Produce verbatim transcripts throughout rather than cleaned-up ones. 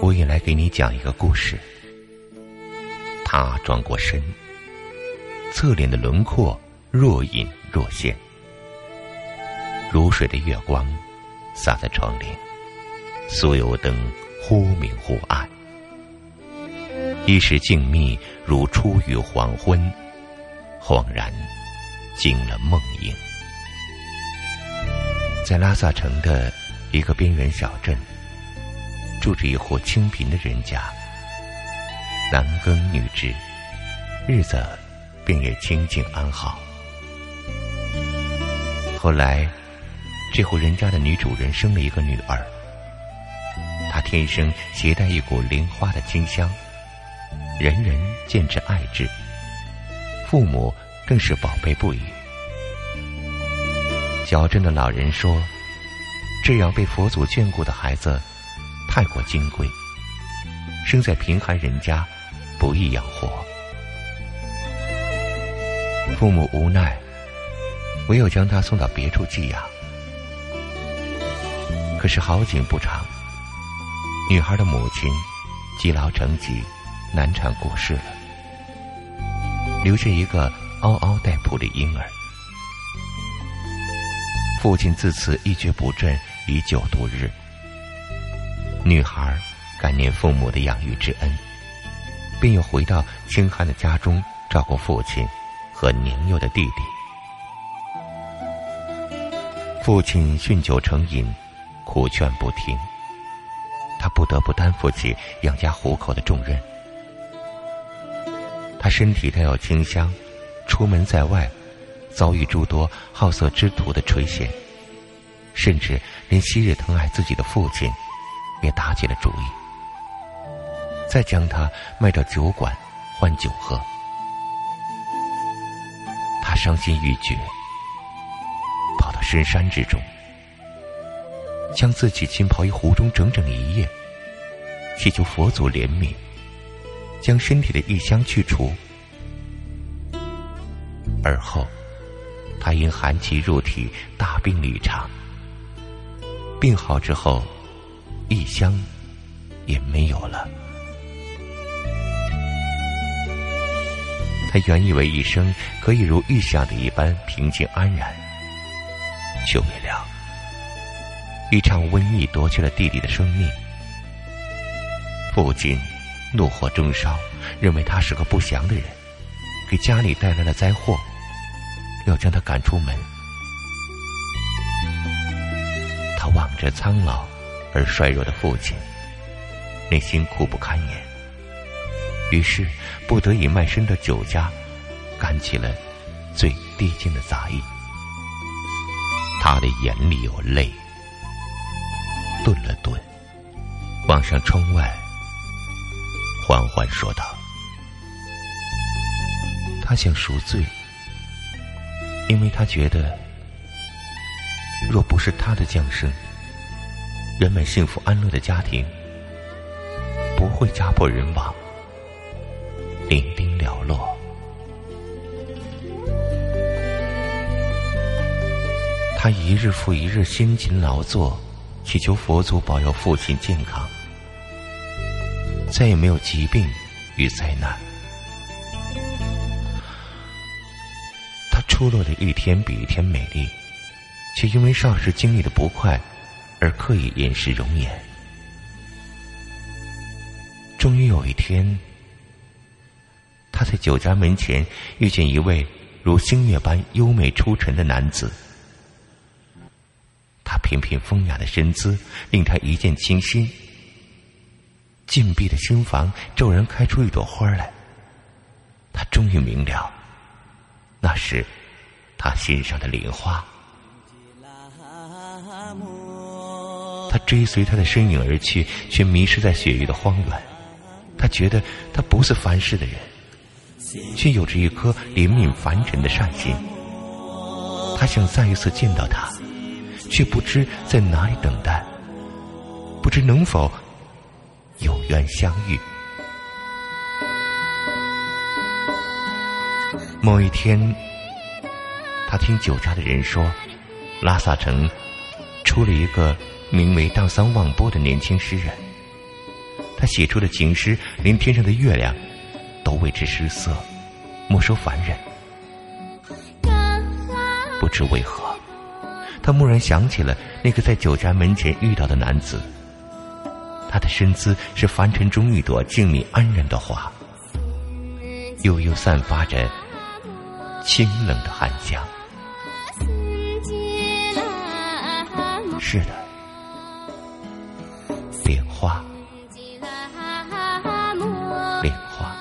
我也来给你讲一个故事。他转过身，侧脸的轮廓若隐若现，如水的月光洒在窗棂，所有灯忽明忽暗，一时静谧如初雨黄昏，恍然惊了梦影。在拉萨城的一个边缘小镇，住着一户清贫的人家，男耕女织，日子便也清静安好。后来这户人家的女主人生了一个女儿，她天生携带一股灵花的清香，人人见之爱之，父母更是宝贝不已。小镇的老人说，这样被佛祖眷顾的孩子太过金贵，生在贫寒人家不易养活。父母无奈，唯有将他送到别处寄养。可是好景不长，女孩的母亲积劳成疾，难产过世了，留下一个嗷嗷待哺的婴儿。父亲自此一蹶不振，以久度日。女孩感念父母的养育之恩，便又回到清寒的家中照顾父亲和年幼的弟弟。父亲酗酒成瘾，苦劝不听，他不得不担负起养家糊口的重任。他身体带有清香，出门在外遭遇诸多好色之徒的垂涎，甚至连昔日疼爱自己的父亲也打起了主意，再将他卖到酒馆换酒喝。他伤心欲绝，跑到深山之中，将自己浸泡于湖中整整一夜，祈求佛祖怜悯，将身体的异香去除。而后他因寒气入体，大病一场。病好之后，异香也没有了。他原以为一生可以如预想的一般平静安然，却未料一场瘟疫夺去了弟弟的生命。父亲怒火中烧，认为他是个不祥的人，给家里带来了灾祸，要将他赶出门。他望着苍老而衰弱的父亲，内心苦不堪言，于是不得已卖身到酒家，干起了最低贱的杂役。他的眼里有泪，顿了顿，望向窗外，缓缓说道：他想赎罪，因为他觉得若不是他的降生，原本幸福安乐的家庭不会家破人亡，零丁寥落。他一日复一日辛勤劳作，祈求佛祖保佑父亲健康，再也没有疾病与灾难。他出落的一天比一天美丽，却因为少时经历的不快而刻意掩饰容颜。终于有一天，他在酒家门前遇见一位如星月般优美出尘的男子。他翩翩风雅的身姿令他一见倾心，禁闭的心房骤然开出一朵花来。他终于明了，那是他心上的莲花。他追随他的身影而去，却迷失在雪域的荒原。他觉得他不是凡世的人，却有着一颗怜悯凡尘的善心。他想再一次见到他，却不知在哪里等待，不知能否有缘相遇。某一天，他听酒家的人说，拉萨城出了一个名为荡桑旺波的年轻诗人， 他写出的情诗连天上的月亮都为之失色，莫说凡人。不知为何，他蓦然想起了那个在酒家门前遇到的男子，他的身姿是凡尘中一朵静谧安然的花，悠悠散发着清冷的寒香。是的，莲花，莲花。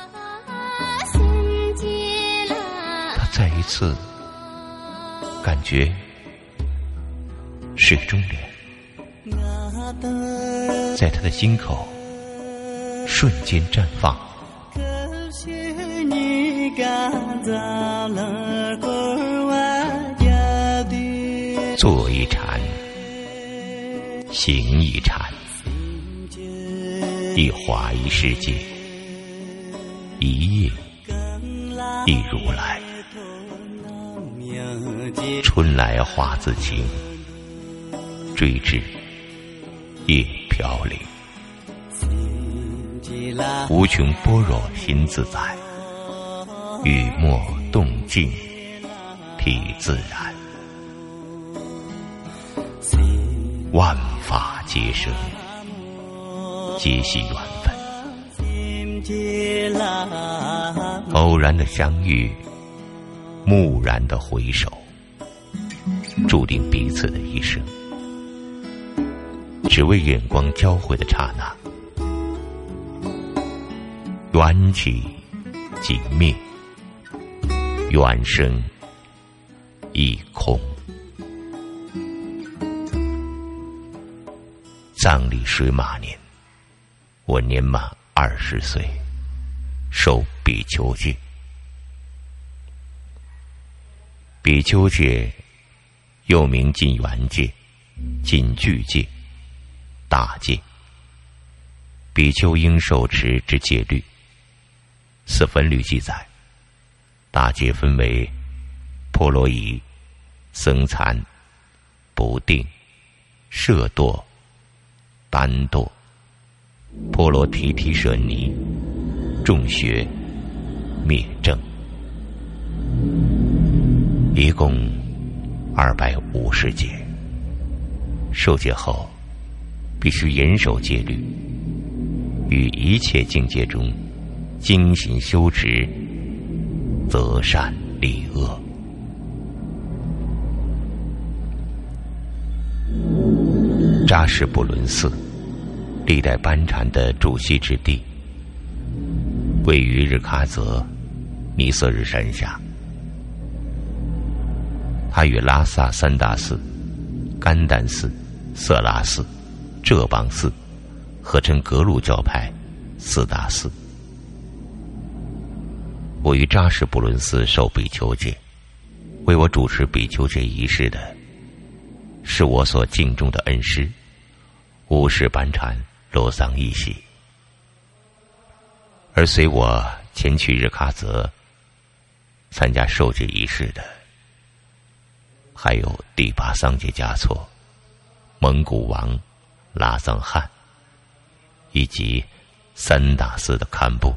他再一次感觉水中莲在他的心口瞬间绽放。坐一禅，行一禅，一花一世界，一叶一如来。春来花自情，追至叶飘零。无穷般若心自在，雨墨动静体自然。万法皆生，皆系缘分。偶然的相遇，蓦然的回首，注定彼此的一生。只为眼光交汇的刹那，缘起即灭，缘生亦空。葬礼水马年，我年满二十岁，受比丘戒。比丘戒又名禁缘戒、禁具戒、大戒。比丘应受持之戒律。四分律记载，大戒分为婆罗夷、僧残、不定、摄堕、单堕、婆罗提提舍尼、众学、灭正，一共二百五十戒。受戒后必须严守戒律，于一切境界中精行修持，择善立恶。扎什布伦寺，历代班禅的驻锡之地，位于日喀则尼色日山下。它与拉萨三大寺、甘丹寺、色拉寺、浙邦寺合称格鲁教派四大寺。我于扎什布伦寺受比丘戒，为我主持比丘戒仪式的是我所敬重的恩师乌什班禅罗桑一喜。而随我前去日喀则参加受戒仪式的还有第八桑杰嘉措、蒙古王拉藏汗以及三大寺的堪布。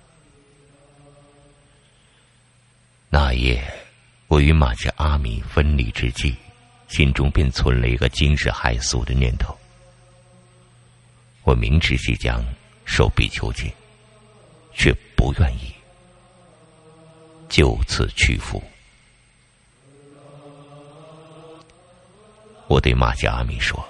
那夜我与玛吉阿米分离之际，心中便存了一个惊世骇俗的念头。我明知即将受比丘戒，却不愿意就此屈服。我对玛吉阿米说，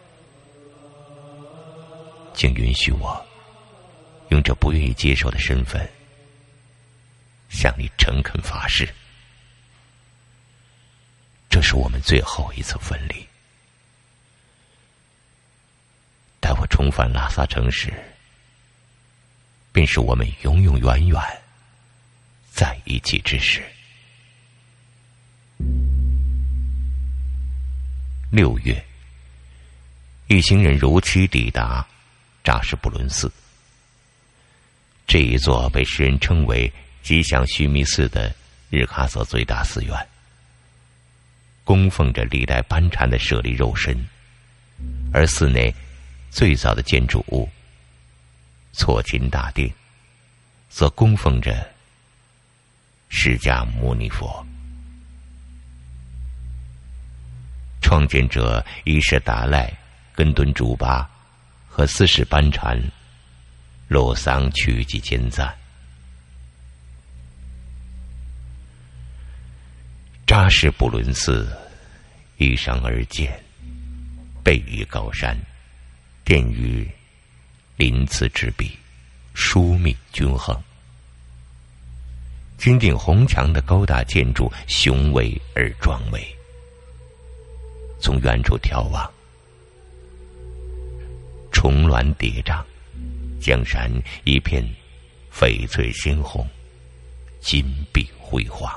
请允许我用这不愿意接受的身份向你诚恳发誓，这是我们最后一次分离。待我重返拉萨城时，便是我们永永远远在一起之时。六月，一行人如期抵达扎什布伦寺。这一座被世人称为吉祥须弥寺的日喀则最大寺院，供奉着历代班禅的舍利肉身，而寺内最早的建筑物错秦大殿所供奉着释迦牟尼佛。创建者伊势达赖根敦珠巴和四世班禅洛桑曲及谦赞。扎什布伦寺依山而建，背于高山，殿宇鳞次栉比，疏密均衡。金顶红墙的高大建筑雄伟而壮美。从远处眺望，重峦叠嶂，江山一片翡翠鲜红，金碧辉煌。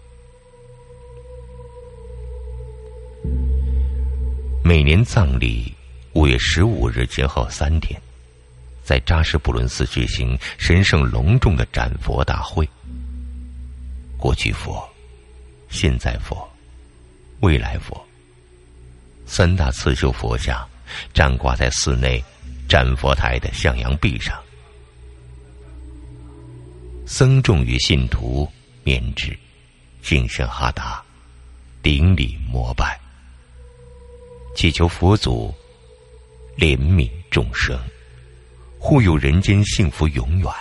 每年藏历五月十五日前后三天，在扎什布伦寺举行神圣隆重的展佛大会。过去佛、现在佛、未来佛三大刺绣佛像展挂在寺内展佛台的向阳壁上，僧众与信徒面至敬献哈达，顶礼膜拜，祈求佛祖怜悯众生，护佑人间幸福永远。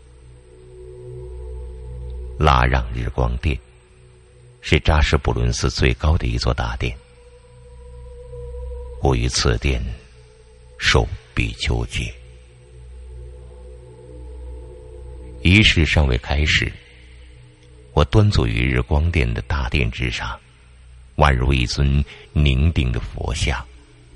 拉让日光殿是扎什布伦寺最高的一座大殿，我于此殿受比丘戒。仪式尚未开始，我端坐于日光殿的大殿之上，宛如一尊凝定的佛像。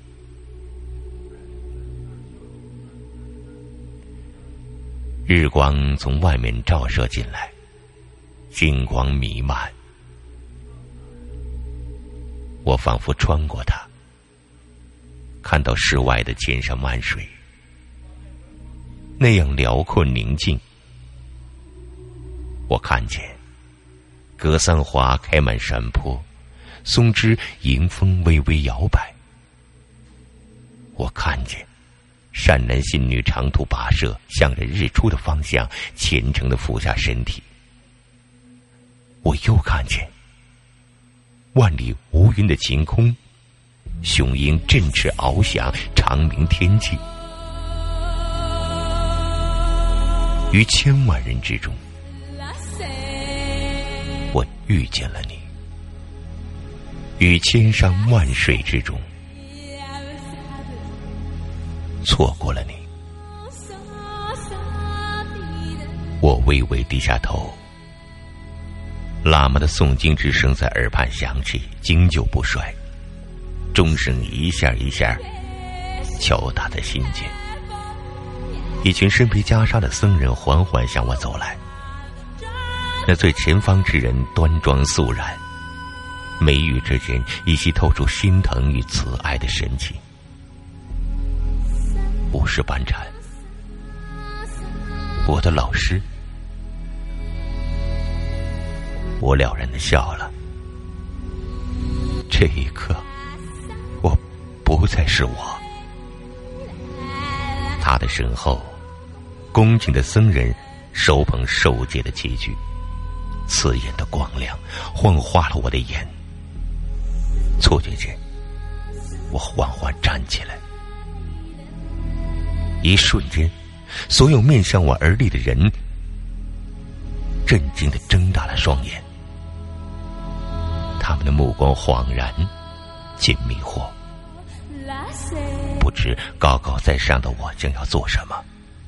日光从外面照射进来，金光弥漫，我仿佛穿过它，看到室外的千山万水，那样辽阔宁静。我看见格桑花开满山坡，松枝迎风微微摇摆。我看见善男信女长途跋涉，向着日出的方向虔诚地俯下身体。我又看见万里无云的晴空，雄鹰振翅翱翔，长鸣天际。于千万人之中，我遇见了你；于千山万水之中，错过了你。我微微低下头，喇嘛的诵经之声在耳畔响起，经久不衰，钟声一下一下敲打在心间。一群身披袈裟的僧人缓缓向我走来，那最前方之人端庄肃然，眉宇之间依稀透出心疼与慈爱的神情。不是班禅，我的老师。我了然地笑了。这一刻，我不再是我。他的身后，恭敬的僧人手捧受戒的器具，刺眼的光亮晃花了我的眼。错觉间，我缓缓站起来。一瞬间，所有面向我而立的人震惊地睁大了双眼，他们的目光恍然且迷惑，不知高高在上的我将要做什么。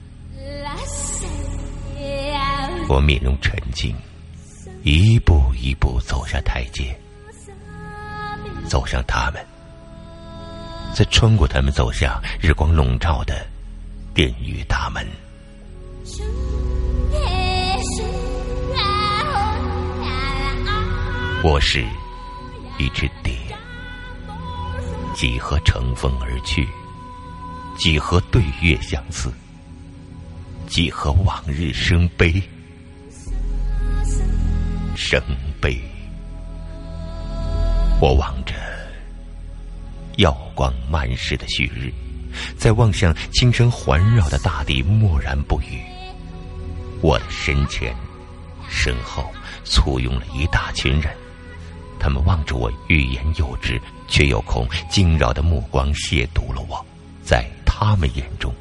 我面容沉静，一步一步走下台阶，走向他们，再穿过他们，走向日光笼罩的殿宇大门。我是一只蝶，几何乘风而去，几何对月相似，几何往日生悲，生悲。我望着耀光漫世的旭日， 在望向青山环绕的大地默然不语。我的身前身后簇拥了一大群人，他们望着我欲言又止却又恐惊扰的目光，亵渎了我。在他们眼中，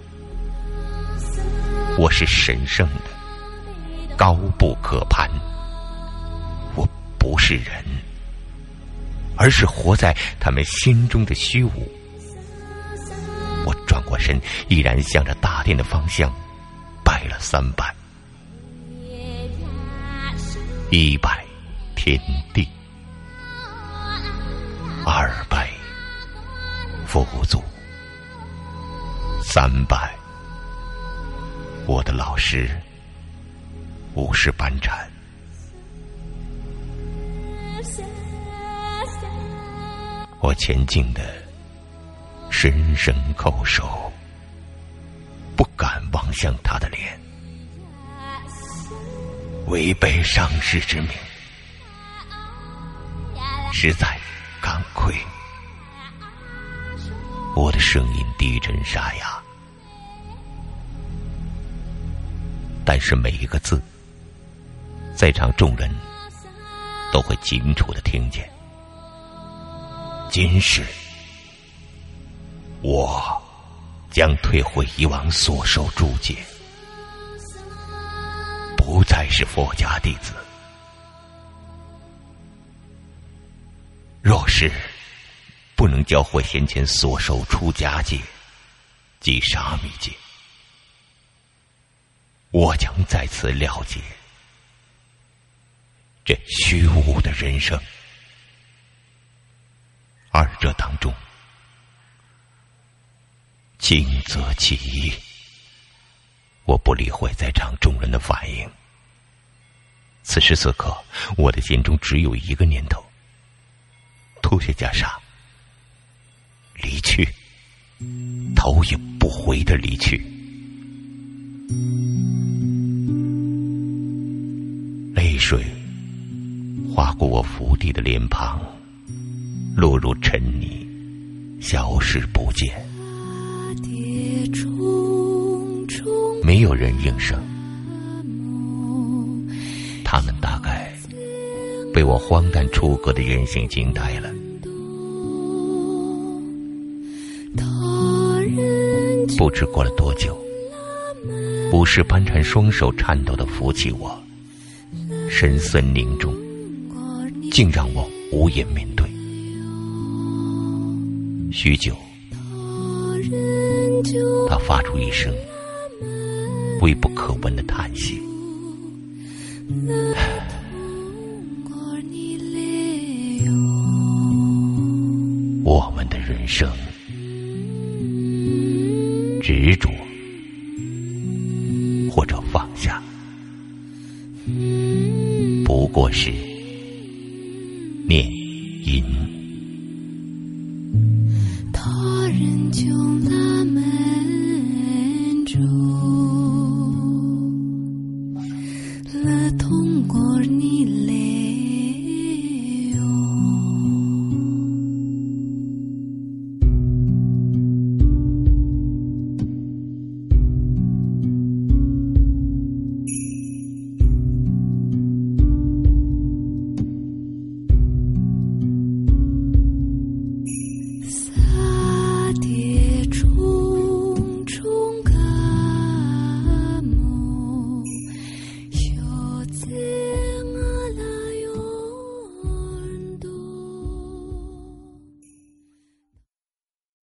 我是神圣的，高不可攀。我不是人，而是活在他们心中的虚无。我转过身，依然向着大殿的方向拜了三拜。一拜天地，二拜佛祖，三拜我的老师五世班禅。我前进的深深叩首，不敢望向他的脸，违背上师之命，实在惭愧。我的声音低沉沙哑，但是每一个字，在场众人都会清楚地听见。今世，我将退回以往所受诸戒，不再是佛家弟子。若是不能教会先前所受出家戒即沙弥戒，我将再次了解这虚无的人生。二者当中，轻则其一。我不理会在场众人的反应。此时此刻，我的心中只有一个念头：脱下袈裟，离去，头也不回的离去。泪水划过我伏地的脸庞，落入尘泥，消失不见。没有人应声，他们大概被我荒诞出格的言行惊呆了。不知过了多久，五世班禅双手颤抖地扶起我，神色凝重，竟让我无言面对。许久，他发出一声微不可闻的叹息。我们的人生，执着或者放下，不过是念因。他人就来